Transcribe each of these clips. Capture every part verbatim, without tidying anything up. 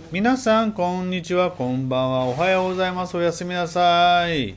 皆さんこんにちは、こんばんは、おはようございます、おやすみなさい。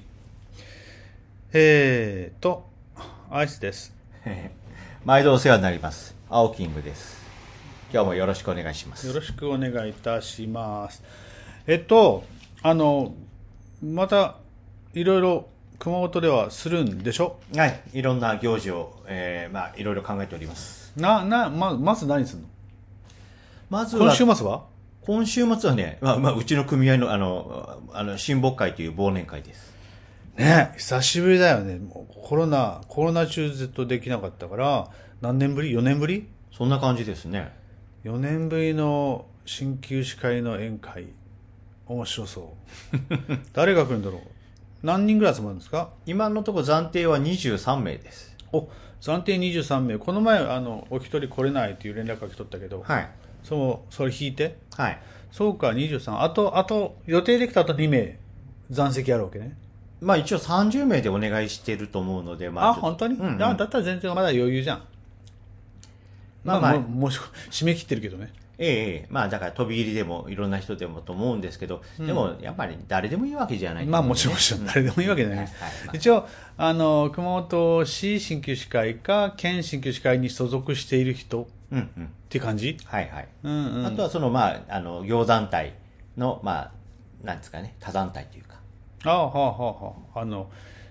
えーとアイスです。 毎度お世話になります。青キングです。今日もよろしくお願いします。 よろしくお願いいたします。えっとあのまたいろいろ熊本ではするんでしょ。 はい、いろんな行事を、えー、まあいろいろ考えております。 ななままず何するの？ まずは今週末は今週末はね、まあ、まあうちの組合のあのあの親睦会という忘年会です。 ね、久しぶりだよね。もうコロナコロナ中ずっとできなかったから、何年ぶり？ よ 年ぶり？ そんな感じですね。 よねんぶりの鍼灸師会の宴会、面白そう誰が来るんだろう。何人ぐらい集まるんですか？ 今のところ暫定はにじゅうさんめいです。 お、暫定にじゅうさんめい。この前あのお一人来れないという連絡が来とったけど、 はい。 そうそれ引いて。 はい。 そうか、にじゅうさん。あとあと予定できたあとにめい残席あるわけね。 まあ一応さんじゅうめいでお願いしてると思うので、まああ、 ちょっと。 本当に？ うんうん。 あ、だったら全然まだ余裕じゃん。まあまあまあ、 もうもう締め切ってるけどね。 ええ、ええまあだから飛び入りでもいろんな人でもと思うんですけど、 うん、 でもやっぱり誰でもいいわけじゃないとまあ思うんでね。 もちろんもちろん誰でもいいわけじゃない、 はいはいまあ、 一応あの熊本市鍼灸師会か県鍼灸師会に所属している人っうんうん。 ていう感じ。 はいはい。 うんうん。 あとはそのまあ、あの、業団体の、まあ、なんですかね、他団体というか。 ああ、はあはあはあ。あの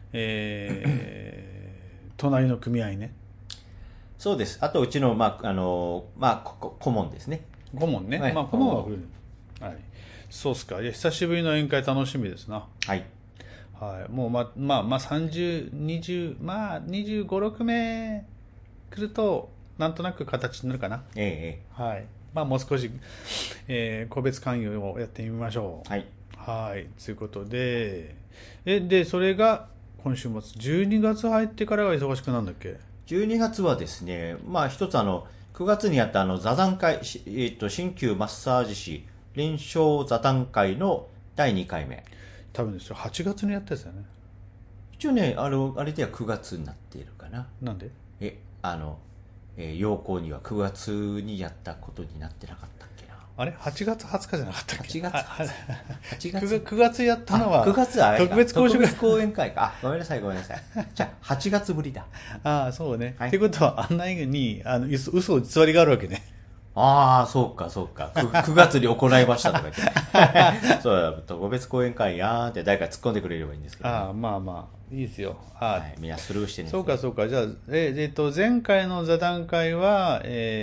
えー、隣の組合ね。 そうです。あとうちの、まあ、あの、まあ、ここ顧問ですね。 顧問ね。 はい。 まあ顧問は来る。はい。そうっすか。いや久しぶりの宴会楽しみですな。 はい。 はい。もうままあまあさんじゅう、にじゅう、まあにじゅうご、ろくめい来るとなんとなく形になるかな。 えええはい。まあもう少し、えー個別勧誘をやってみましょえはい。 う。はい。ということで、え、で、それが今週末、じゅうにがつ入ってからが忙しくなんだっけ？ じゅうにがつはですね、まあ、一つあの、くがつにやったあの、座談会、しえっと、鍼灸マッサージ師臨床座談会のだいにかいめ。 多分ですよ、はちがつにやったやつだよね。 一応ね、あの、あれではくがつになっているかな。 なんで？ え、あの、えー要項にはくがつにやったことになってなかったっけな。 あれ ?はちがつはつかじゃなかったっけ？ はちがつははちがつ 9, 9月やったのはくがつはあれか特別講習会。 特別講演会か。あ、ごめんなさいごめんなさい。じゃあ、はちがつぶりだ。 ああ、そうね。 はい。 ってことは、案内にあの嘘嘘偽りがあるわけね。 ああ、そうかそうか。く くがつに行いましたとか言って。そうだ、特別講演会やーんって誰か突っ込んでくれればいいんですけどね。 ああ、まあまあ、いいですよ。ああ、 はい。みんなスルーしてるんですね。 そうかそうか。じゃあ、ええっと、前回の座談会は、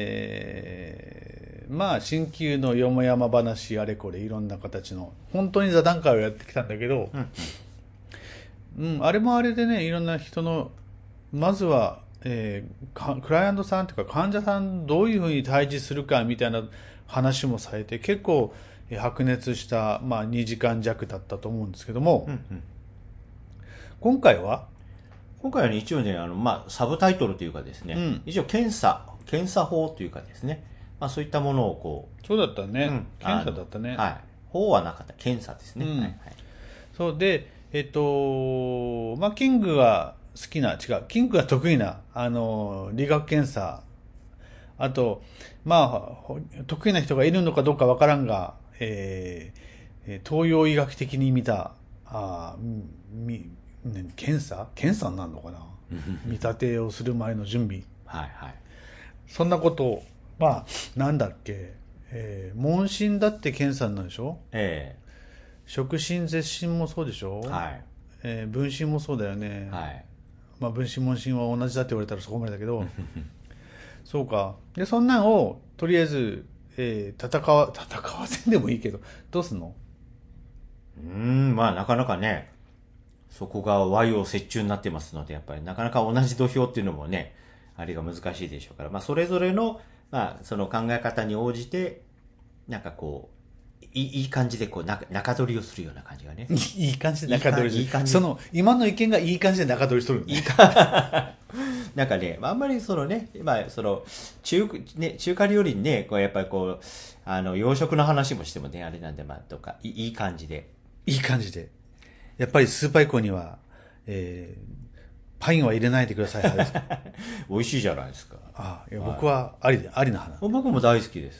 えー、まあ、新旧のよもやま話あれこれいろんな形の、本当に座談会をやってきたんだけど、 うん。 うん、あれもあれでね、いろんな人の、まずは、えーかクライアントさんというか患者さんどういうふうに対峙するかみたいな話もされて、結構、えー白熱した、まあ、にじかん弱だったと思うんですけども、 うんうん。 今回は、 今回はね、一応ね、あの、まあ、サブタイトルというかですね、 うん、 一応検査、検査法というかですね、まあそういったものをこそうだったう、うね。 ん。 検査だったね。 あのはい。法はなかった。検査ですね。 うんはいはい。 そうで、えっと、まあ、キングが好きな、違う、キングが得意な、あの、理学検査、あと、まあ、ほ得意な人がいるのかどうかわからんが、えーえー東洋医学的に見た、あーみ、ね検査検査になるのかな。見立てをする前の準備。 はいはい。 そんなことを、まあ、なんだっけ、えー問診だって検査になるでしょ。 え触診、舌診もそうでしょ。 えはい。 えー分診もそうだよね。 はい。 まあ、分診問診は同じだって言われたらそこまでだけど、そうか。で、そんなんを、とりあえず、えー戦わ、戦わせんでもいいけど、どうすんの？ うーん、まあなかなかね、そこが和洋折衷になってますので、やっぱりなかなか同じ土俵っていうのもね、あれが難しいでしょうから、まあそれぞれの、まあその考え方に応じて、なんかこう、いいいい感じでこう中中取りをするような感じがね。 いい感じで中取りする。 いい感じその、今の意見がいい感じで中取りしとる、ね。いいなんかね、あんまりそのね、まあその、中、ね、中華料理にね、こうやっぱりこう、あの、洋食の話もしてもね、あれなんで、まあとか、いいい感じで。 いい感じで。やっぱりスーパー以降には、えー、パインは入れないでください派ですか？ 美味しいじゃないですか。 ああ、いやはい、 僕はありで、ありな派な。 僕も大好きです。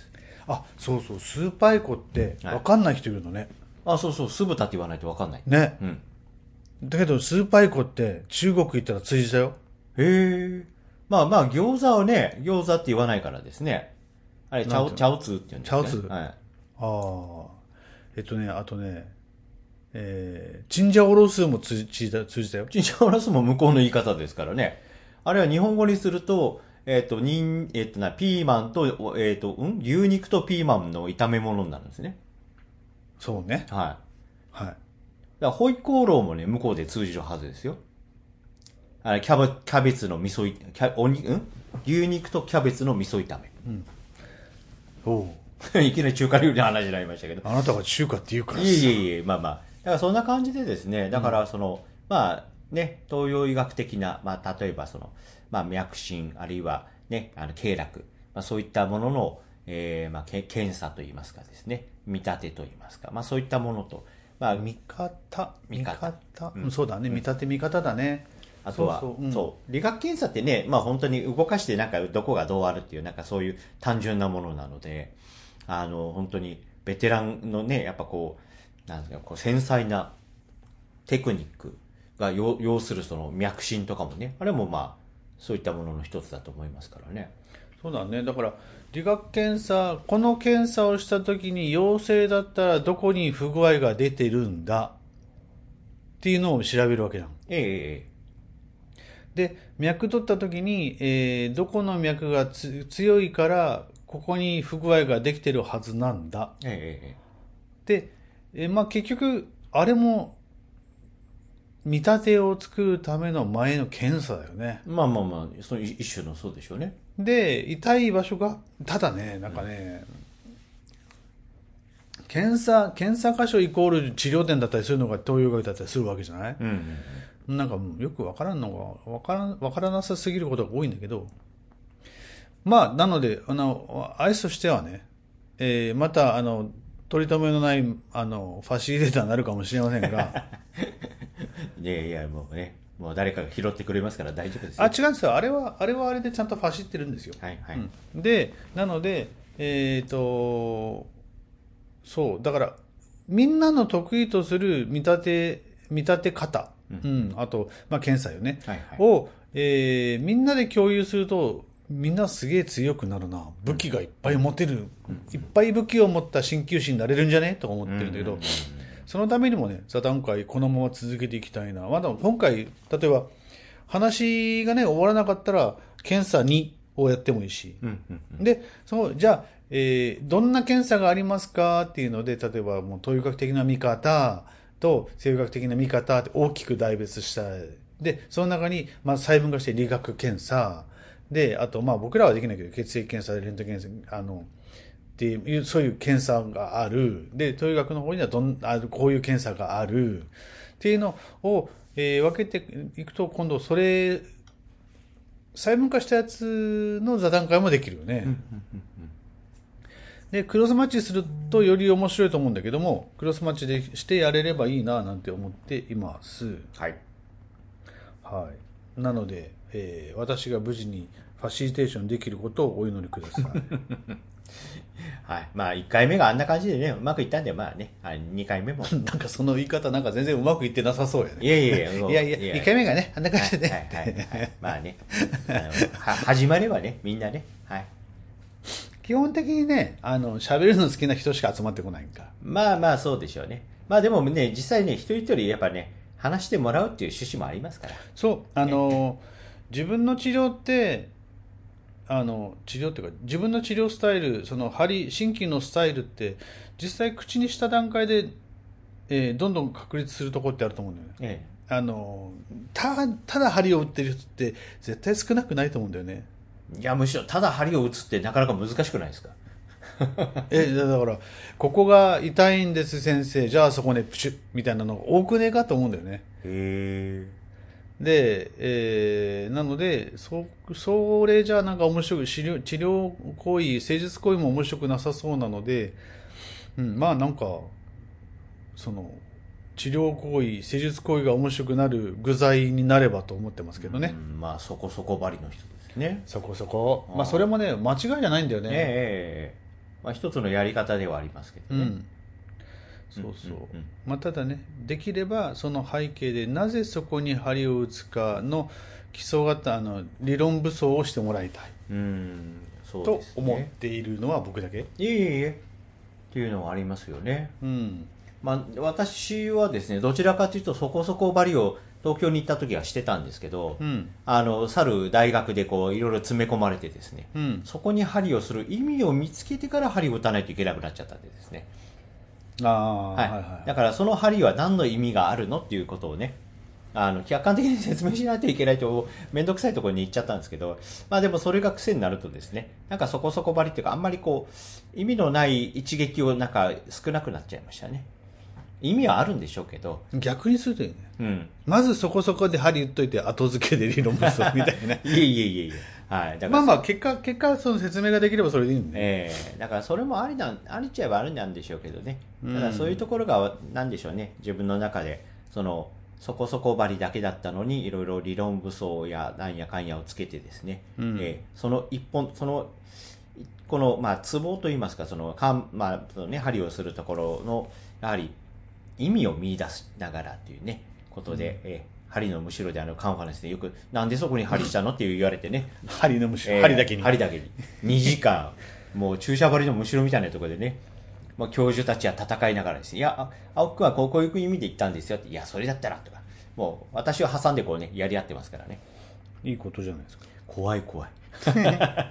あ、そうそう、スーパーエコって分かんない人いるのね。 あ、そうそう、酢豚って言わないと分かんない。 ね。 うん。 だけど、スーパーエコって中国行ったら通じたよ。 へえ。まあまあ、餃子をね、餃子って言わないからですね。あれ、チャオ、 なんてチャオツーって言うんですね。 チャオツーはい。 ああ。えっとね、あとね、えー、チンジャオロースーも通じた、通じたよ。 チンジャオラスも向こうの言い方ですからね。あれは日本語にすると、えっ、と、にん、えっ、とな、ピーマンと、えっ、と、うん牛肉とピーマンの炒め物になるんですね。 そうね。 はい。 はい。 だからホイコーローもね、向こうで通じるはずですよ。あれ、キャベ、キャベツの味噌い、キャ、おに、ん牛肉とキャベツの味噌炒め。 おう。 いきなり中華料理の話になりましたけど。 あなたが中華って言うからさ。 いえいえいえ、まあまあ。だからそんな感じでですね、だからその、まあね、東洋医学的な、まあ例えばその、まあ脈診、あるいはね、あの、経絡、まあそういったものの、えー、まあけ検査といいますかですね、見立てといいますか、まあそういったものと、まあ、 見方。見見方方。 うんうん、そうだね。見立て見方だね。 あとは、 そうそううんそう理学検査ってね、まあ本当に動かしてなんかどこがどうあるっていう、なんかそういう単純なものなので、あの、本当にベテランのね、やっぱこう、なんですか、こう繊細なテクニックが要要するその脈診とかもね、あれもまあ、そういったものの一つだと思いますからね。 そうだね。だから、理学検査、この検査をしたときに陽性だったらどこに不具合が出てるんだっていうのを調べるわけじゃん。 えええで、脈取ったときに、えーどこの脈がつ強いから、ここに不具合ができてるはずなんだ。 ええええで、えーまあ結局、あれも見立てを作るための前の検査だよね。 えまあまあまあ、その一種のそうでしょうね。 で、痛い場所が、ただね、なんかね、検査、検査箇所イコール治療点だったりするのが東洋医学だったりするわけじゃない、 うんうんなんかよくわからんのが、わからん、わからなさすぎることが多いんだけど、まあ、なので、あの、アイスとしてはね、えーまた、あの、取り留めのない、あの、ファシリテーターになるかもしれませんが、 いやいや、もうね、もう誰かが拾ってくれますから大丈夫ですあ、 よ。 違うんですよ。あれは、あれはあれでちゃんとファシってるんですよ。 はいはい。 うん、で、なので、えっと、そう、だから、みんなの得意とする見立て、見立て方、うん、あと、まあ、検査よね、 はいはいを、えーみんなで共有すると、みんなすげえ強くなるな。武器がいっぱい持てる。いっぱい武器を持った鍼灸師になれるんじゃねとか思ってるんだけど、そのためにもね、座談会このまま続けていきたいな。まだ今回、例えば、話がね、終わらなかったら、検査にをやってもいいし。 うんうんで、その、じゃあ、えーどんな検査がありますかっていうので、例えばもう東洋学的な見方と西洋学的な見方って大きく大別した。で、その中に、まあ、細分化して理学検査。で、あと、まあ僕らはできないけど、血液検査、レントゲン検査、あの、っていう、そういう検査がある。で、東洋学の方にはどん、あこういう検査がある。っていうのを、えー分けていくと、今度それ、細分化したやつの座談会もできるよね。で、クロスマッチするとより面白いと思うんだけども、クロスマッチでしてやれればいいななんて思っています。 はい。 はい。なので、えー私が無事にファシリテーションできることをお祈りください。 はい。まあ、いっかいめがあんな感じでね、うまくいったんで、まあね、はい、にかいめも。 なんかその言い方なんか全然うまくいってなさそうやね。 いやいやいや、もういやいや、いっかいめがね、あんな感じでね。 はいはいはいはい。まあね、あのは始まればね、みんなね、はい。 基本的にね、あの、喋るの好きな人しか集まってこないんか。 まあまあ、そうでしょうね。まあでもね、実際ね、一人一人やっぱね、話してもらうっていう趣旨もありますから。 そう、あの、自分の治療って、あの、治療っていうか、自分の治療スタイル、その、針、新規のスタイルって、実際口にした段階で、えーどんどん確立するところってあると思うんだよね。 えあの、た、ただ針を打ってる人って絶対少なくないと思うんだよね。 え。いや、むしろ、ただ針を打つってなかなか難しくないですか？ え、だだから、ここが痛いんです先生、じゃあそこね、プシュッみたいなのが多くねえかと思うんだよね。 へで、えーなので、そ、それじゃあなんか面白い、治療、治療行為、施術行為も面白くなさそうなので、うん、まあなんか、その、治療行為、施術行為が面白くなる具材になればと思ってますけどえ。 ね。 うん、まあ、そこそこばりの人ですね。 そこそこ。 あーまあそれもね、間違いじゃないんだよね。 ええええ。 まあ一つのやり方ではありますけどね。 うん、そうそう、 うんうんうん、 まあ、ただね、できればその背景でなぜそこに針を打つかの基礎型の理論武装をしてもらいたい、 うん、そうとですね、 思っているのは僕だけ。 いえいえいえっていうのはありますよね。 うん、 まあ、私はですね、どちらかというとそこそこバリを東京に行った時はしてたんですけど、 うん、 あの、去る大学でこう、いろいろ詰め込まれてですね、 うん、 そこに針をする意味を見つけてから針を打たないといけなくなっちゃったんでですね。 ああ、 はい。 はいはい。 だからその針は何の意味があるのっていうことをね、あの、客観的に説明しないといけないと、めんどくさいところに行っちゃったんですけど、まあでもそれが癖になるとですね、なんかそこそこバリっていうか、あんまりこう、意味のない一撃をなんか少なくなっちゃいましたね。意味はあるんでしょうけど、 逆にするといいね。 うん。 まずそこそこで針打っといて後付けで理論武装みたいな。 いえいえいえいえ。はい。だからまあまあ、結果、結果、その説明ができればそれでいいんで、ね。 ええだからそれもありなん、ありっちゃえばありなんでしょうけどね。 うんただそういうところが、なんでしょうね。自分の中で、その、そこそこばりだけだったのに、いろいろ理論武装やなんやかんやをつけてですね。 うんええその一本、その、この、まあ、ツボといいますか、その、かん、まあ、そのね、針をするところの、やはり、意味を見出しながらっていうね、ことで、ええ針のむしろであのカンファレンスでよく、なんでそこに針したのって言われてね。 針のむしろ、 えー針だけに。 針だけに。にじかん、もう注射針のむしろみたいなところでね、まあ、教授たちは戦いながらですね、いや、あ青木君はこうこういう意味で言ったんですよって、いや、それだったらとか、もう私を挟んでこうね、やり合ってますからね。 いいことじゃないですか。 怖い怖い。はい、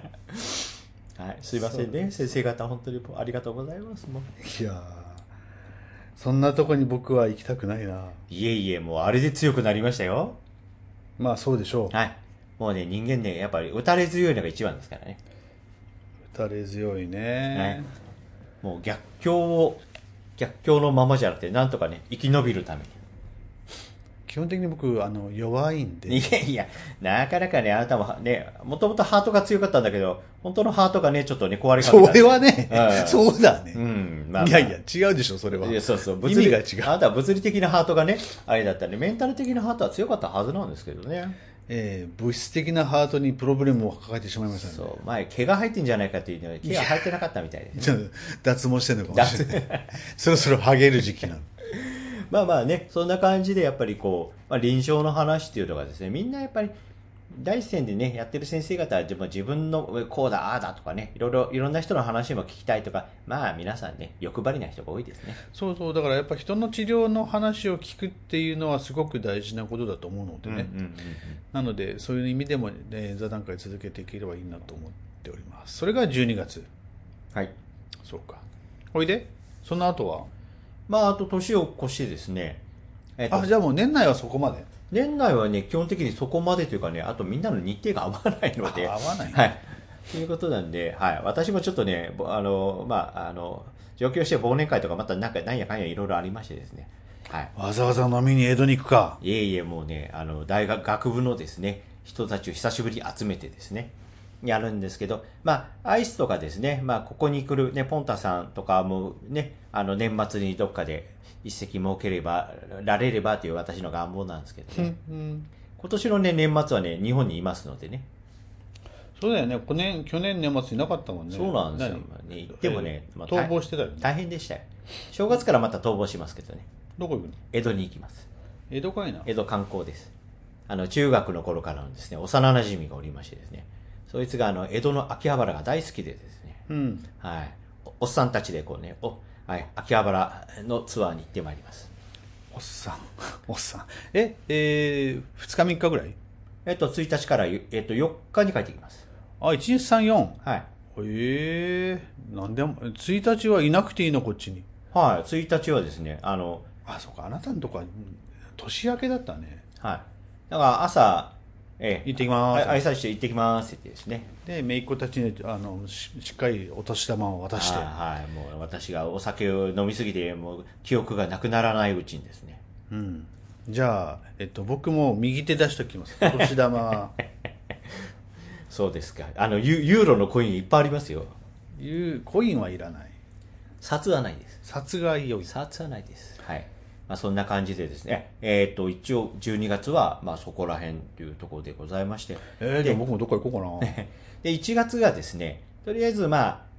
すいませんね。先生方、本当にありがとうございます。もういやー、そんなとこに僕は行きたくないな。 いえいえ、もうあれで強くなりましたよ。 まあそうでしょう。 はい。もうね、人間ね、やっぱり打たれ強いのが一番ですからね。 打たれ強いね。 もう逆境を、逆境のままじゃなくて、なんとかね、生き延びるために。 基本的に僕、あの、弱いんで。 いやいや、なかなかね、あなたもね、もともとハートが強かったんだけど、本当のハートがね、ちょっとね、壊れかけた。 それはね、 うんそうだね。 うん、まあ、まあ、 いやいや、違うでしょ、それは。 いやそうそう、 意味が違う。 あなたは物理的なハートがね、あれだったんで、メンタル的なハートは強かったはずなんですけどね。 えー、物質的なハートにプロブレムを抱えてしまいましたね。 そう、前、毛が生えてんじゃないかっていうのは、毛が生えてなかったみたいで、ね。 ちょっと脱毛してんのかもしれない。そろそろハゲる時期なの。 まあまあね、そんな感じでやっぱりこう、まあ、臨床の話っていうのがですね、みんなやっぱり第一線でね、やってる先生方は自分のこうだ、ああだとかね、いろいろ、いろんな人の話も聞きたいとか、まあ皆さんね、欲張りな人が多いですね。 そうそう、だからやっぱ人の治療の話を聞くっていうのはすごく大事なことだと思うのでね。 うんうんうんうん、 なので、そういう意味でも、ね、座談会続けていければいいなと思っております。それがじゅうにがつ。 はい。 そうか。おいで、その後はまあ、あと年を越してですね、 えっと、あ、じゃあもう年内はそこまで年内はね、基本的にそこまでというかね、あとみんなの日程が合わないので。 合わない、 はい。ということなんで、はい。私もちょっとね、あの、まあ、あの、上京して忘年会とかまたなんか、なんやかんやいろいろありましてですね。はい。 わざわざ飲みに江戸に行くか。 いえいえ、もうね、あの、大学、学部のですね、人たちを久しぶりに集めてですね、やるんですけど、まあ、アイスとかですね、まあ、ここに来るね、ポンタさんとかもね、あの、年末にどっかで一席設ければ、られればという私の願望なんですけどね。うん、今年のね、年末はね、日本にいますのでね。 そうだよね、去年、去年年末いなかったもんね。 そうなんですよ。ね、行ってもね、 まあ、逃亡してたよね。 大変でしたよ。正月からまた逃亡しますけどね。 どこ行くの？ 江戸に行きます。 江戸かいな。 江戸観光です。あの、中学の頃からのですね、幼馴染がおりましてですね、そいつがあの、江戸の秋葉原が大好きでですね、 うん。 はい。お、おっさんたちでこうね、お、はい、秋葉原のツアーに行ってまいります。 おっさん、おっさん。え、えー、ふつかみっかぐらい？ えっと、ついたちから、えっと、よっかに帰ってきます。 あ、いちにちさん、よん。 はい。 ええー、なんでも、ついたちはいなくていいの、こっちに。 はい、ついたちはですね、あの、 あ、そうか、あなたのとこは、年明けだったね。 はい。だから朝、ええ、 行ってきます。 挨拶して行ってきますってですね。 で、姪っ子たちにあの し, しっかりお年玉を渡して。 はい、もう私がお酒を飲みすぎて、もう記憶がなくならないうちにですね。 うん。じゃあ、えっと、僕も右手出しときます。お年玉。 そうですか。あのユ、ユーロのコインいっぱいありますよ。 いうコインはいらない。 札はないです。 札が良い。 札はないです。はい。まあ、そんな感じでですね。えっと、一応じゅうにがつは、まあそこら辺というところでございまして。 えー、でも僕もどっか行こうかな。 で、いちがつがですね、とりあえずまあ、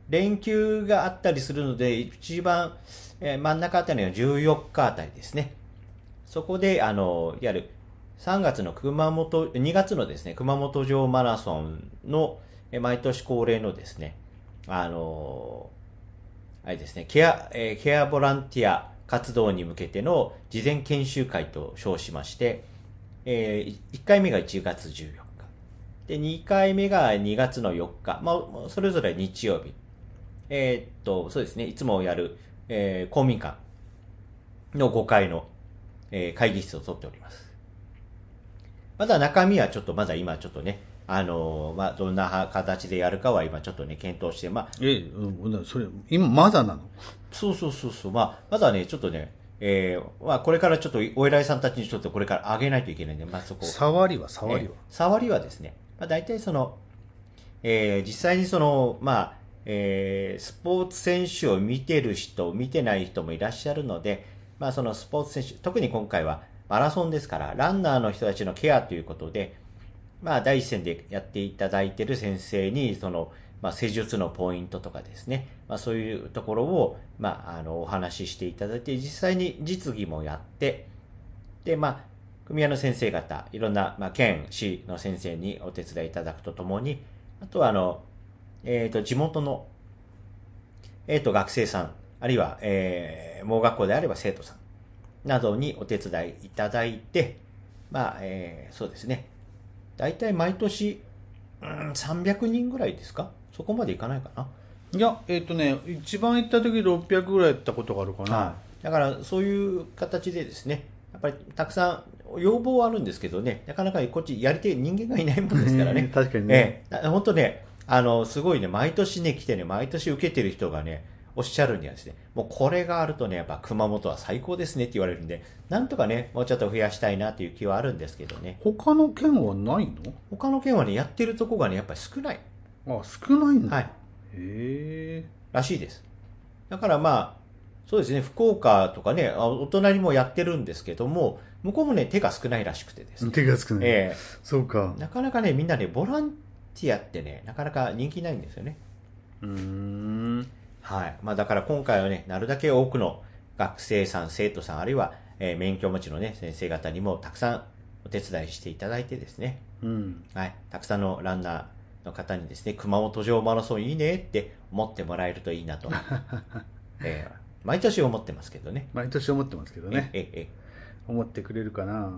連休があったりするので、一番、えー真ん中あたりのじゅうよっかあたりですね。そこで、あの、いわゆるさんがつの熊本、にがつのですね、熊本城マラソンの、えー毎年恒例のですね、あの、あれですね、ケア、えーケアボランティア活動に向けての事前研修会と称しまして、えーいっかいめがいちがつじゅうよっか。で、にかいめがにがつのよっか。まあ、それぞれ日曜日。えーっと、そうですね、いつもやる、えー公民館のごかいの、えー会議室を取っております。まだ中身はちょっと、まだ今ちょっとね、あのーまあ、どんな形でやるかは今ちょっとね、検討して、まあ、 え、うん、それ、今まだなの？ そうそうそうそう、まあ、まだね、ちょっとね、えーまあ、これからちょっとお偉いさんたちにちょっとこれから上げないといけないんで、まあ、そこ。 触りは、触りは。 えー触りはですね、まあ、大体その、えー実際にその、まあ、えースポーツ選手を見てる人、見てない人もいらっしゃるので、まあ、そのスポーツ選手、特に今回はマラソンですから、ランナーの人たちのケアということで、まあ、第一線でやっていただいている先生に、その、まあ、施術のポイントとかですね、まあ、そういうところを、まあ、あの、お話ししていただいて、実際に実技もやって、で、まあ、組合の先生方、いろんな、まあ、県、市の先生にお手伝いいただくとともに、あとは、あの、えっと、地元の、えっと、学生さん、あるいは、えー、盲学校であれば生徒さんなどにお手伝いいただいて、まあ、えー、そうですね。大体毎年、うん、さんびゃくにんぐらいですか？そこまでいかないかな。 いや、えっ、とね、一番行った時ろっぴゃくぐらいやったことがあるかな。 はい。だから、そういう形でですね、やっぱりたくさん要望はあるんですけどね、なかなかこっちやり手人間がいないもんですからね。 確かにね。 ええ、本当ね、あの、すごいね、毎年ね、来てね、毎年受けてる人がね、おっしゃるにはですね、もうこれがあるとね、やっぱ熊本は最高ですねって言われるんで、なんとかね、もうちょっと増やしたいなという気はあるんですけどね。 他の県はないの？ 他の県はね、やってるとこがね、やっぱり少ない。 あ、少ないんだ。 はい。 へえ。 らしいです。だからまあ、そうですね、福岡とかね、あお隣もやってるんですけども、向こうもね、手が少ないらしくてですね。 手が少ない。 えそうかえ。なかなかね、みんなね、ボランティアってね、なかなか人気ないんですよね。 うーん。 はい。まあだから今回はね、なるだけ多くの学生さん、生徒さん、あるいは、えー免許持ちのね、先生方にもたくさんお手伝いしていただいてですね、 うん。 はい。たくさんのランナーの方にですね、熊本城マラソンいいねって思ってもらえるといいなと、えー毎年思ってますけどね。 毎年思ってますけどね。 えええ思ってくれるかな。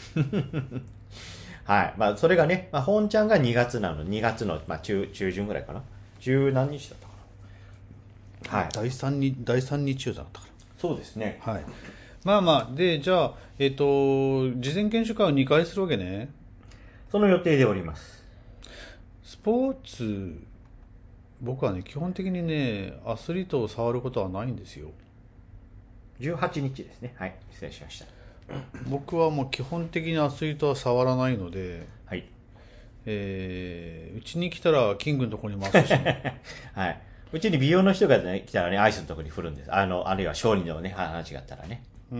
はい。まあ、それがね、まあ、本ちゃんがにがつなの、にがつの、まあ、中、中旬ぐらいかな。十何日だったかな。はい。 第三に、第三日曜だったかそうですね。 ら。はい。まあまあ、で、じゃあ、えっ、と、事前研修会をにかいするわけね。 その予定でおります。 スポーツ、僕はね、基本的にね、アスリートを触ることはないんですよ。 じゅうはちにちですね。はい。失礼しました。 僕はもう基本的にアスリートは触らないので、 はい。 えー、うちに来たらキングのところに回すし、 はい。うちに美容の人が、ね、来たらね、アイスのところに振るんです。あの、あるいは勝利のね、話があったらね。 うん。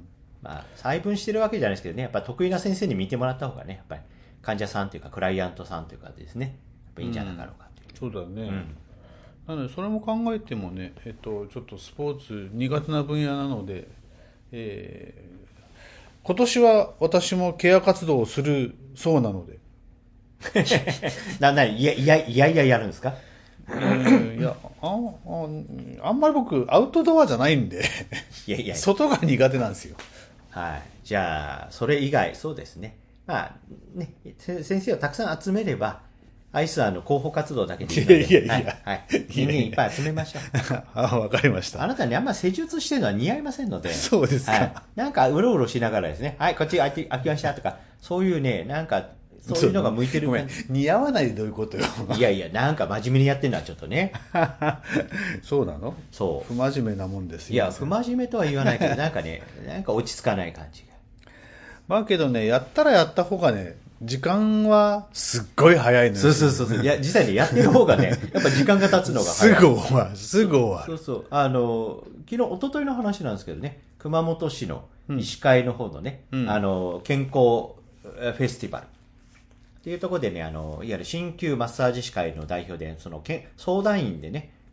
まあ、細分してるわけじゃないですけどね、やっぱ得意な先生に見てもらった方がね、やっぱり患者さんというか、クライアントさんというかですね、やっぱいいんじゃなかろうかという。 そうだよね。 うんなので、それも考えてもね、えっと、ちょっとスポーツ苦手な分野なので、えー今年は私もケア活動をするそうなので、 な、なに、いや、いや、いやいややるんですか？ えーいやああ、あんまり僕、アウトドアじゃないんで、 いやいや。 外が苦手なんですよ。 はい。じゃあ、それ以外、そうですね。まあ、ね、せ先生をたくさん集めれば、アイスはあの広報活動だけでいいので。 いやいやいやはい。はい、人間いっぱい集めましょう。 あ、わかりましあた。 なたにあんま施術してるのは似合いませんので。 そうですか。 はい。なんか、うろうろしながらですね、はい、こっち開き開きましたとか、そういうね、なんか、そういうのが向いてるごめん感じ。 似合わないでどういうことよ。 いやいや、なんか真面目にやってるのはちょっとね。 そうなの？ そう。 不真面目なもんですよ。 いや、不真面目とは言わないけど、なんかね、なんか落ち着かない感じが。 まあけどね、やったらやった方がね、時間はすっごい早いのよ。 そうそうそうそう。いや、実際にやってる方がね、やっぱ時間が経つのがす早い。 ぐ終わる。すぐ終わる。 そうそう。あの、昨日、一昨日の話なんですけどね、熊本市の医師会の方のね、 うんあの、健康フェスティバル。っていうところでね、あの、いわゆる鍼灸マッサージ師会の代表で、その、けん相談員でね、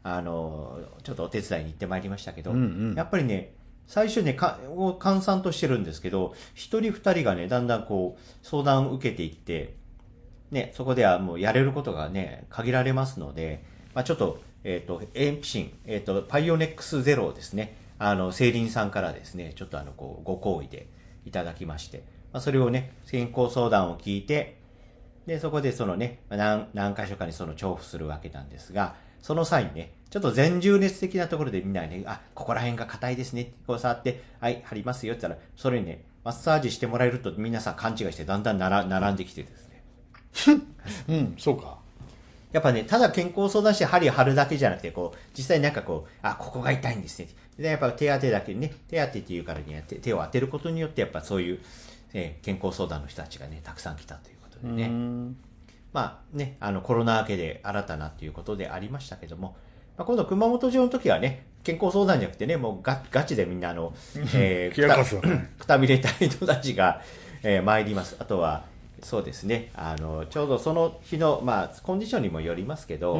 あの、ちょっとお手伝いに行ってまいりましたけど、 うんうん、 やっぱりね、最初ね、か、を閑散としてるんですけど、一人二人がね、だんだんこう、相談を受けていって、ね、そこではもうやれることがね、限られますので、まあちょっと、えっ、ー、と、エンピシン、えっ、ー、と、パイオネックスゼロですね、あの、セイリンさんからですね、ちょっとあの、こう、ご好意でいただきまして、まあそれをね、健康相談を聞いて、で、そこでそのね、何、何箇所かにその重複するわけなんですが、その際にね、ちょっと全重熱的なところでみんなね、あ、ここら辺が硬いですね、こう触って、はい、貼りますよって言ったら、それにね、マッサージしてもらえると皆さん勘違いしてだんだんなら並んできてですね。 うん、そうか。 やっぱね、ただ健康相談して針を貼るだけじゃなくて、こう、実際になんかこう、あ、ここが痛いんですね。で、やっぱ手当てだけにね、手当てっていうからにやって手を当てることによって、やっぱそういう、えー、健康相談の人たちがね、たくさん来たということでね。まあね、あのコロナ明けで新たなということでありましたけども、まあ、今度熊本城の時はね、健康相談じゃなくてね、もうガガチでみんなあの、えー、くたびれたい人たちが、えー、参ります。あとは、そうですね、あの、ちょうどその日の、まあ、コンディションにもよりますけど、 うんうん、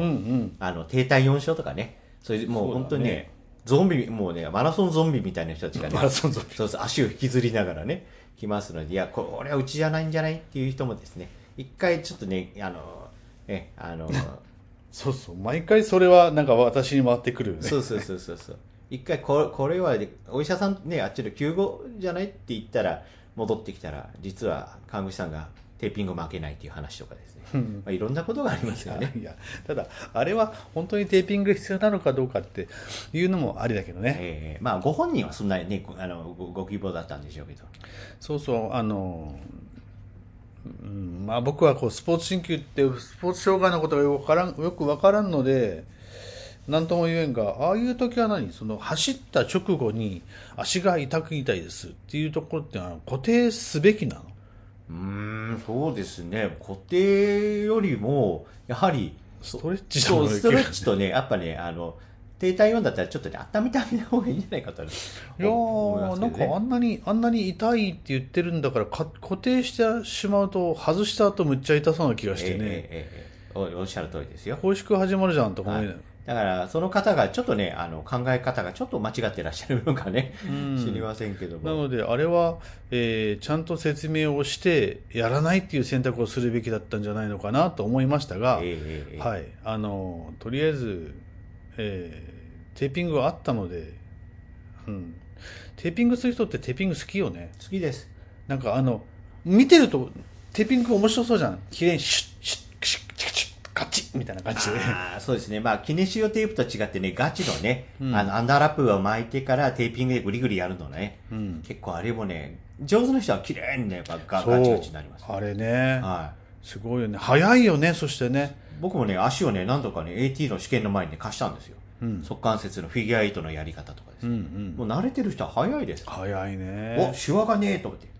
あの、低体温症とかね、そういう、もう本当にね、ねゾンビ、もうね、マラソンゾンビみたいな人たちがね、 マラソンゾンビ。 そうそう、足を引きずりながらね、来ますので、いや、これはうちじゃないんじゃないっていう人もですね、一回ちょっとね、あの、え、あの、 そうそう、毎回それはなんか私に回ってくるよね。 そうそうそうそうそう。一回これ、これは、お医者さんね、あっちで救護じゃないって言ったら、戻ってきたら、実は看護師さんがテーピング負けないっていう話とかですね。まあ、いろんなことがありますよね。 いや、いやただ、あれは本当にテーピング必要なのかどうかっていうのもありだけどね。 えー、まあ、ご本人はそんなにね、あのご、ご希望だったんでしょうけど。 そうそう、あの、うん、まあ僕はこうスポーツ鍼灸ってスポーツ障害のことがよくわからん、よくわからんので、なんとも言えんが、ああいう時は何その走った直後に足が痛く痛いですっていうところってのは固定すべきなの？ うーん、そうですね。固定よりも、やはり、 ストレッチそう、ストレッチとね、やっぱね、あの、低体温だったらちょっとね、温めてあげた方がいいんじゃないかと、ね、 いやー、なんかあんなに、あんなに痛いって言ってるんだからか、固定してしまうと、外した後むっちゃ痛そうな気がしてね。えーえーえー、お, おっしゃる通りですよ。 公式始まるじゃんとか思いながら。 だから、その方がちょっとね、あの、考え方がちょっと間違ってらっしゃるのかね、知りませんけども。 なので、あれは、えー、ちゃんと説明をして、やらないっていう選択をするべきだったんじゃないのかなと思いましたが、 えー、 はい。あの、とりあえず、えー、テーピングはあったので、うん。テーピングする人ってテーピング好きよね。 好きです。 なんかあの、見てると、テーピング面白そうじゃん。綺麗にシュッ、シュッ、シュッ、シュッ、シュッ、ガチッみたいな感じで。 ああ、そうですね。まあ、キネシオテープと違ってね、ガチのね、うん、あの、アンダーラップを巻いてからテーピングでグリグリやるのね。うん、結構あれもね、上手な人は綺麗にね、ガガチガチになります、ね。 あれね。はい。すごいよね。早いよね、そしてね。 僕もね、足をね、何度かね、エーティー の試験の前にね、貸したんですよ。うん、側関節のフィギュアエイトのやり方とかですね。うんうん、もう慣れてる人は早いです。 早いね。 お、シワがねえと思って。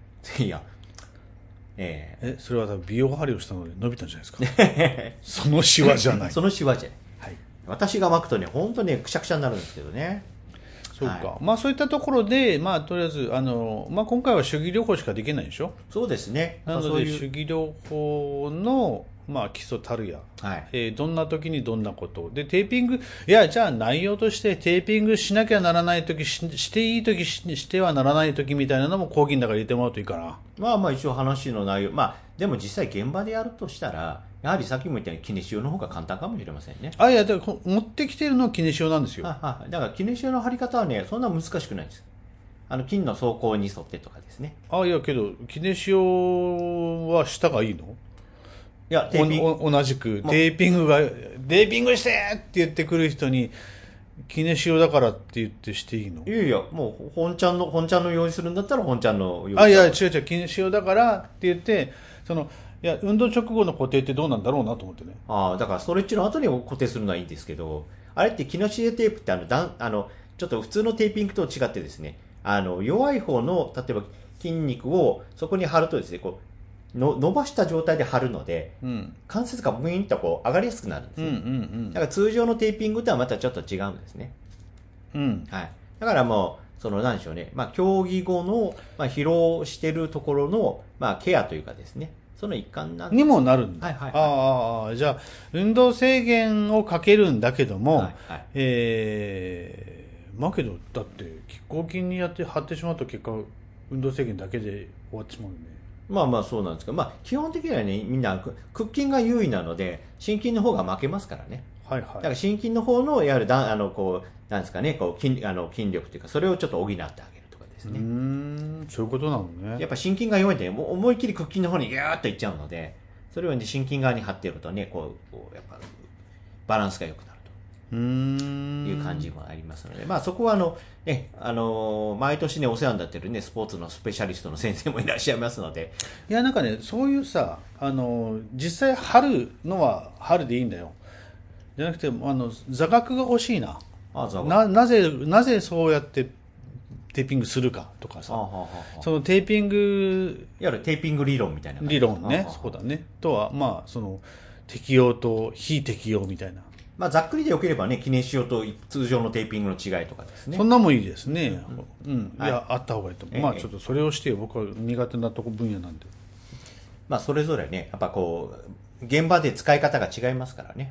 いや、 えー、え、それは多分美容針をしたので伸びたんじゃないですか。そのシワじゃない。 そのシワじゃない。はい。私が巻くとね、ほんとね、くしゃくしゃになるんですけどね。 そうか。はい、まあそういったところで、まあとりあえず、あの、まあ今回は手技療法しかできないでしょ？ そうですね。 なので、手技療法の、まあ基礎たるや、はいえー、どんな時にどんなことでテーピングいやじゃあ内容としてテーピングしなきゃならない時 し, していい時 し, してはならない時みたいなのも講義の中に入れてもらうといいかな。 まあまあ一応話の内容まあでも実際現場でやるとしたらやはりさっきも言ったようにキネシオの方が簡単かもしれませんね。 あいやだから持ってきてるのはキネシオなんですよ。 ははだからキネシオの貼り方はねそんな難しくないです。あの金の走行に沿ってとかですね。 あいやけどキネシオは下がいいの？ いやテーピング同じくテーピングがテーピングしてって言ってくる人にキネシオだからって言ってしていいの？ いやいやもう本ちゃんの本ちゃんの用意するんだったら本ちゃんの用意。 あいや違う違うキネシオだからって言ってそのいや運動直後の固定ってどうなんだろうなと思ってね。 ああだからストレッチの後に固定するのはいいんですけどあれってキネシオテープってあのだあのちょっと普通のテーピングと違ってですねあの弱い方の例えば筋肉をそこに貼るとですねこうの伸ばした状態で貼るので、うん、関節がブイーンとこう上がりやすくなるんですね、うんうんうん、だから通常のテーピングとはまたちょっと違うんですね、うんはい、だからもうその何でしょうね、まあ、競技後の、まあ、疲労してるところの、まあ、ケアというかですねその一環なんです。 にもなるんだ。 はいはいはい、 ああ、じゃあ、運動制限をかけるんだけども、 はいはい、 えー、まあけど、だって、拮抗筋にやって張ってしまうと結果、運動制限だけで終わってしまうよね。 まあまあそうなんですけど、まあ基本的にはね、みんな屈筋が優位なので、心筋の方が負けますからね。 はいはい。 だから心筋の方の、いわゆるだ、あの、こう、なんですかね、こう筋、あの筋力というか、それをちょっと補ってあげるとかですね。 うーん、そういうことなのね。 やっぱ心筋が弱いんで、もう思いっきり屈筋の方にギューッといっちゃうので、それを、ね、心筋側に張っているとね、こう、こうやっぱバランスが良くなるという感じもありますので、まあそこはあの、ね、あのー、毎年ね、お世話になってるね、スポーツのスペシャリストの先生もいらっしゃいますので。 いや、なんかね、そういうさ、あの、実際張るのは張るでいいんだよ。じゃなくて、あの、座学が欲しいな。 ああ、 な、なぜ、なぜそうやってテーピングするかとかさ、 ああああ、 そのテーピングいわゆるテーピング理論みたいな感じ理論ね、 ああそうだね。とは、まあ、その、適用と非適用みたいな。 まあざっくりでよければね、記念しようと通常のテーピングの違いとかですね。 そんなもんいいですね。うん。うん、いや、 はい、 あった方がいいと思う。 ええ、 まあ、ちょっとそれをして、僕は苦手なとこ分野なんで。 まあそれぞれね、やっぱこう、現場で使い方が違いますからね。 うん、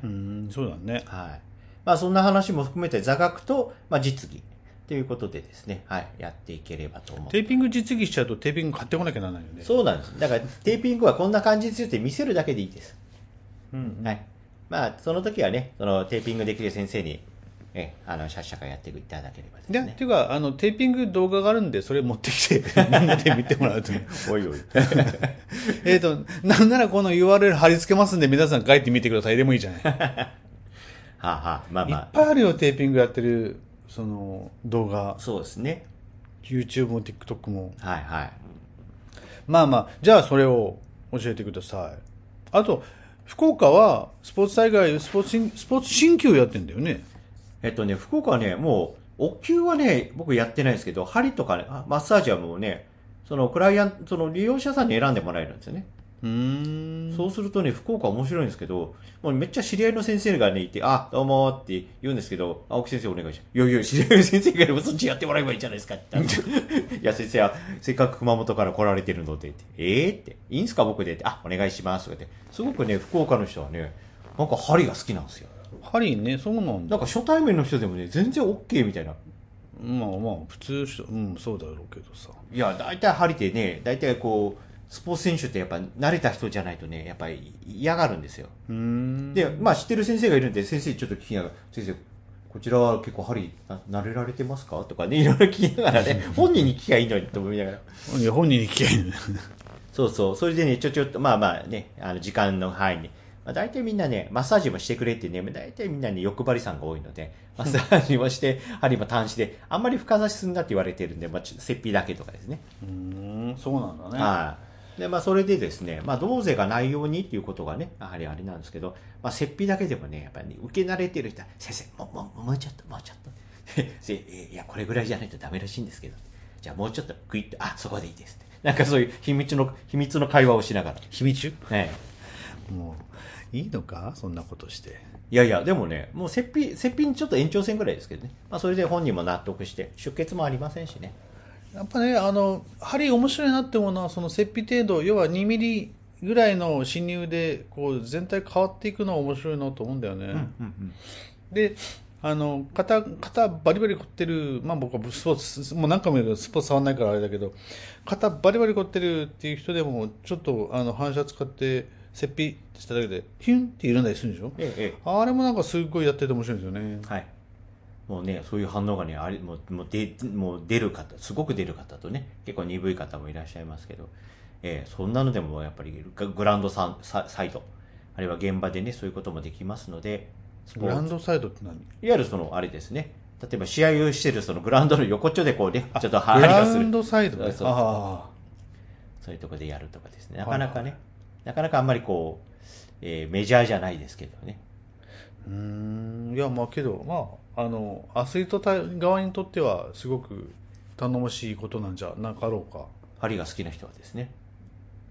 そうだね。 はい。まあそんな話も含めて座学と、まあ、実技ということでですね、はい、やっていければと思う。 テーピング実技しちゃうとテーピング買ってこなきゃならないよね。 そうなんです。だからテーピングはこんな感じですよって見せるだけでいいです。 うん、うん。 はい。まあその時はね、そのテーピングできる先生に、え、あの、シャッシャカやっていただければですで、 ね。 っていうか、あの、テーピング動画があるんで、それ持ってきて、みんなで見てもらうと。 おいおい。 えっと、なんならこの ユーアールエル 貼り付けますんで、皆さん書いてみてくださいでもいいじゃない。 はあはあ、まあいっまぱいあるよ、テーピングやってる、その、動画あ。。そうですね。 YouTube も TikTok も。 はいはい。 まあまあ、じゃあそれを教えてください。あと、福岡は、スポーツ大会、スポーツ新、スポーツ新球やってんだよね。 えっとね、福岡はね、もう、お灸はね、僕やってないですけど、針とかね、あマッサージはもうね、そのクライアント、その利用者さんに選んでもらえるんですよね。 うーん。 そうするとね、福岡面白いんですけど、もうめっちゃ知り合いの先生がね、いて、あ、どうもって言うんですけど、青木先生お願いします。いやいや、知り合いの先生がいればそっちやってもらえばいいじゃないですかって言ったら。いや、先生は、せっかく熊本から来られてるので、ってええー、って、いいんすか僕でって、あ、お願いしますとか言って。すごくね、福岡の人はね、なんか針が好きなんですよ。 ハリーね、そうなんだ。 なんか初対面の人でもね、全然 OK みたいな。 まあまあ、普通、うん、そうだろうけどさ。 いや、大体針ってね、大体こう、スポーツ選手ってやっぱ慣れた人じゃないとね、やっぱり嫌がるんですよ。 うーん。 で、まあ知ってる先生がいるんで、先生ちょっと聞きながら、先生、こちらは結構針な慣れられてますかとかね、いろいろ聞きながらね、本人に聞きゃいいのにと思いながら。 いや、本人に聞けん。 そうそう、それでね、ちょちょっと、まあまあね、あの時間の範囲に、まあ、大体みんなね、マッサージもしてくれってね、大体みんなね、欲張りさんが多いので、マッサージもして、針も端子で、あんまり深差しすんなって言われてるんで、まあ、ちょっと切皮だけとかですね。 うーん、そうなんだね。 はい。で、まあ、それでですね、まあ、動勢がないようにっていうことがね、やはりあれなんですけど、まあ、切皮だけでもね、やっぱり、ね、受け慣れてる人は、先生、もう、もう、もうちょっと、もうちょっと。いや、これぐらいじゃないとダメらしいんですけど、じゃあもうちょっと、グイッと、あ、そこでいいですって。なんかそういう秘密の、秘密の会話をしながら。 秘密ね、 もう、いいのかそんなことして。 いやいや、でもね、もう切皮、切皮にちょっと延長線ぐらいですけどね。まあ、それで本人も納得して、出血もありませんしね。 やっぱね、あの、針面白いなって思うのは、その切皮程度、要はにミリぐらいの侵入で、こう、全体変わっていくのは面白いなと思うんだよね。 うんうんうん。 で、あの、肩、肩バリバリ凝ってる、まあ僕はスポーツ、もう何回も言うけど、スポーツ触んないからあれだけど、肩バリバリ凝ってるっていう人でも、ちょっと、あの、反射使って、切皮しただけで、ヒュンって緩んだりするんでしょ。 ええ、ええ。 あれもなんかすごいやってて面白いんですよね。 はい。もうね、そういう反応がね、あれ、もう、もうで、もう出る方、すごく出る方とね、結構鈍い方もいらっしゃいますけど、ええ、そんなのでもやっぱりググラウンドサンササイド、あるいは現場でね、そういうこともできますので、 グラウンドサイドって何？ いわゆるその、あれですね、例えば試合をしてるそのグラウンドの横っちょでこうね、ちょっとグ針がする。 ラウンドサイドね。 そうそうそうああ。 そういうところでやるとかですね、なかなかね、なかなかあんまりこう、えーメジャーじゃないですけどね。 うーん、いや、まあけど、まあ、あの、アスリート側にとっては、すごく頼もしいことなんじゃなかろうか。 針が好きな人はですね。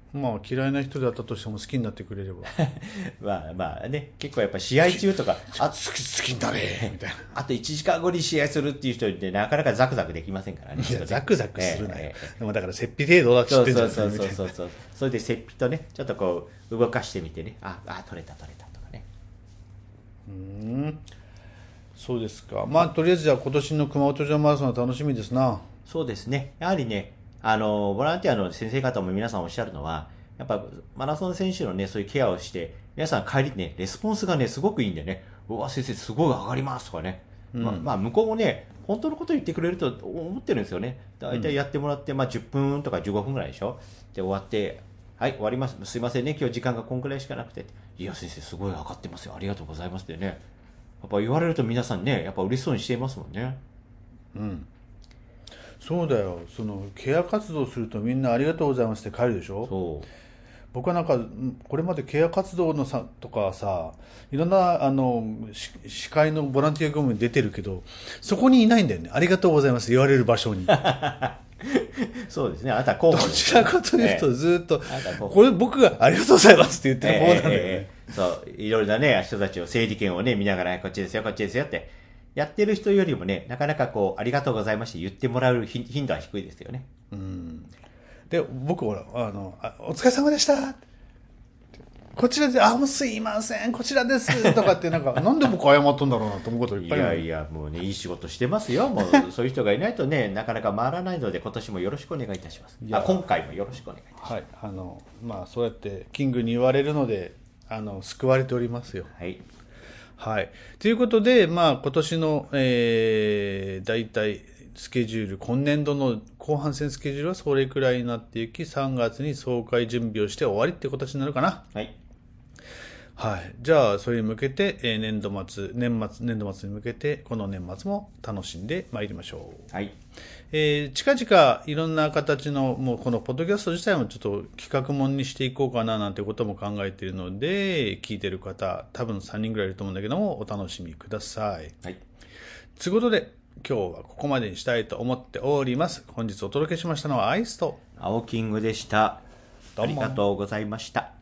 まあ嫌いな人であったとしても好きになってくれればまあまあね、結構やっぱ試合中とか、あ好き好きになれみたいな。 あといちじかんごに試合するっていう人ってなかなかザクザクできませんからね。 いやザクザクするなよ、 ええでもだから雪庇程度だって知ってんじゃんそうそうそうみたいなそうそう。それで雪庇とね、ちょっとこう動かしてみてね、あ、あ、取れた取れたとかね。 うーんそうですか。まあとりあえずじゃあ今年の熊本城マラソンは楽しみですな。 そうですね。やはりね、あの、ボランティアの先生方も皆さんおっしゃるのは、やっぱマラソン選手のね、そういうケアをして、皆さん帰りね、レスポンスがね、すごくいいんでね、うわ、先生すごい上がりますとかね。 うんまあ、まあ、向こうもね、本当のこと言ってくれると思ってるんですよね。大体やってもらって、まあじゅっぷんとかじゅうごふんぐらいでしょ。で、終わって、はい、終わります。すいませんね、今日時間がこんくらいしかなくて。いや、先生すごい上がってますよ。ありがとうございますってね。やっぱ言われると皆さんね、やっぱ嬉しそうにしていますもんね。 うんそうだよ。そのケア活動するとみんなありがとうございますって帰るでしょ。 そう。 僕はなんかんこれまでケア活動のさとかさいろんなあのし司会のボランティア業務に出てるけどそこにいないんだよね。ありがとうございます言われる場所にそうですね。あなたは候補どですちらかというとずっと、 あなたは候補これ僕がありがとうございますって言ってる方なんだよね、 ええええそう、いろいろなね、人たちを整理券をね、見ながら、こっちですよ、こっちですよって、やってる人よりもね、なかなかこう、ありがとうございまして言ってもらう頻頻度は低いですよね。 うんで僕ほらあのあお疲れ様でしたこちらで、あ、もうすいません、こちらですとかって、なんか、なんで僕謝っとんだろうなと思うこといっぱいある。 いやいや、もうね、いい仕事してますよ。もう、そういう人がいないとね、なかなか回らないので、今年もよろしくお願いいたします。 いやあ、今回もよろしくお願いいたします。 はい、あの、まあ、そうやってキングに言われるので、あの、救われておりますよ。 はい。 はい。ということで、まあ、今年の、えー、大体、スケジュール、今年度の後半戦スケジュールはそれくらいになっていき、さんがつに総会準備をして終わりって形になるかな。 はい。 はい。じゃあ、それに向けて、えー年度末、年末、年度末に向けて、この年末も楽しんでまいりましょう。 はい。 えー近々いろんな形の、もうこのポッドキャスト自体もちょっと企画もんにしていこうかななんてことも考えているので、聞いてる方、多分さんにんぐらいいると思うんだけども、お楽しみください。 はい。 ということで、今日はここまでにしたいと思っております。本日お届けしましたのはアイスと、 青キングでした。 どうもありがとうございました。